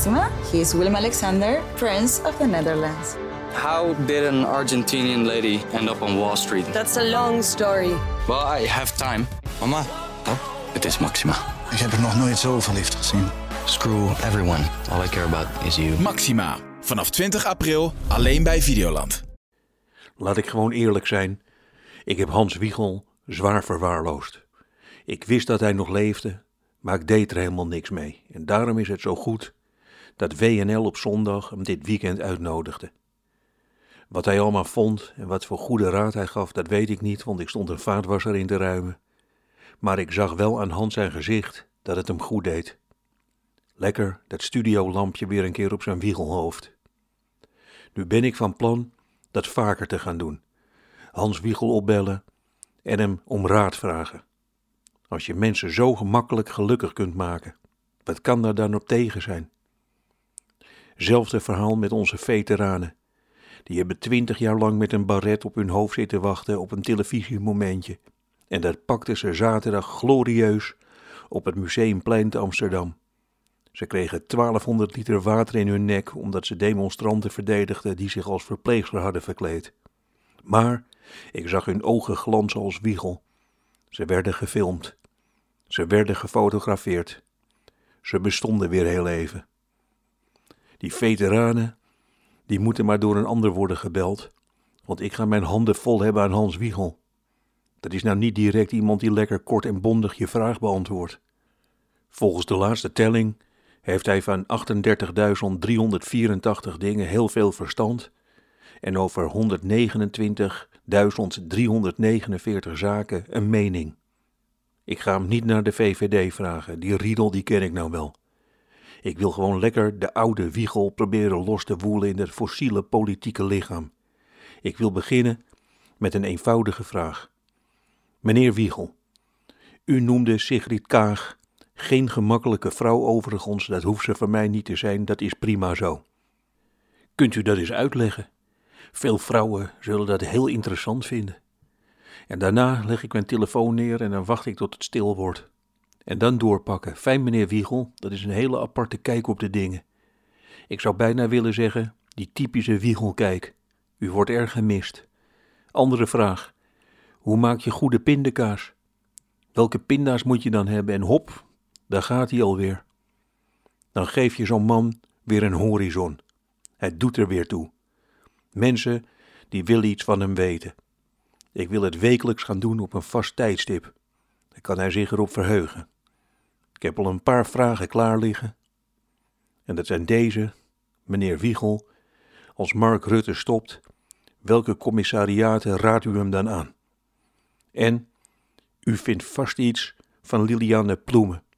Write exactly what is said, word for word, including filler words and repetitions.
Maxima. He is Willem-Alexander, Prince of the Netherlands. How did an Argentinian lady end up on Wall Street? That's a long story. Well, I have time. Mama, Oh, het is Maxima. ik heb er nog nooit zo verliefd gezien. Screw everyone. All I care about is you. Maxima. Vanaf twintig april alleen bij Videoland. Laat ik gewoon eerlijk zijn. Ik heb Hans Wiegel zwaar verwaarloosd. Ik wist dat hij nog leefde, maar ik deed er helemaal niks mee. En daarom is het zo goed dat W N L op zondag hem dit weekend uitnodigde. Wat hij allemaal vond en wat voor goede raad hij gaf, dat weet ik niet, want ik stond een vaatwasser in te ruimen. Maar ik zag wel aan Hans zijn gezicht dat het hem goed deed. Lekker dat studiolampje weer een keer op zijn wiegelhoofd. Nu ben ik van plan dat vaker te gaan doen. Hans Wiegel opbellen en hem om raad vragen. Als je mensen zo gemakkelijk gelukkig kunt maken, wat kan daar dan op tegen zijn? Zelfde verhaal met onze veteranen. Die hebben twintig jaar lang met een baret op hun hoofd zitten wachten op een televisiemomentje. En dat pakten ze zaterdag glorieus op het Museumplein te Amsterdam. Ze kregen twaalfhonderd liter water in hun nek omdat ze demonstranten verdedigden die zich als verpleegster hadden verkleed. Maar ik zag hun ogen glanzen als Wiegel. Ze werden gefilmd. Ze werden gefotografeerd. Ze bestonden weer heel even. Die veteranen, die moeten maar door een ander worden gebeld, want ik ga mijn handen vol hebben aan Hans Wiegel. Dat is nou niet direct iemand die lekker kort en bondig je vraag beantwoordt. Volgens de laatste telling heeft hij van achtendertigduizend driehonderdvierentachtig dingen heel veel verstand en over honderdnegenentwintigduizend driehonderdnegenenveertig zaken een mening. Ik ga hem niet naar de V V D vragen, die riedel die ken ik nou wel. Ik wil gewoon lekker de oude Wiegel proberen los te woelen in het fossiele politieke lichaam. Ik wil beginnen met een eenvoudige vraag. Meneer Wiegel, u noemde Sigrid Kaag geen gemakkelijke vrouw overigens, dat hoeft ze van mij niet te zijn, dat is prima zo. Kunt u dat eens uitleggen? Veel vrouwen zullen dat heel interessant vinden. En daarna leg ik mijn telefoon neer en dan wacht ik tot het stil wordt. En dan doorpakken. Fijn meneer Wiegel, dat is een hele aparte kijk op de dingen. Ik zou bijna willen zeggen, die typische Wiegelkijk. U wordt erg gemist. Andere vraag. Hoe maak je goede pindakaas? Welke pinda's moet je dan hebben? En hop, daar gaat hij alweer. Dan geef je zo'n man weer een horizon. Hij doet er weer toe. Mensen die willen iets van hem weten. Ik wil het wekelijks gaan doen op een vast tijdstip. Dan kan hij zich erop verheugen. Ik heb al een paar vragen klaar liggen. En dat zijn deze, meneer Wiegel. Als Mark Rutte stopt, welke commissariaten raadt u hem dan aan? En u vindt vast iets van Liliane Ploemen.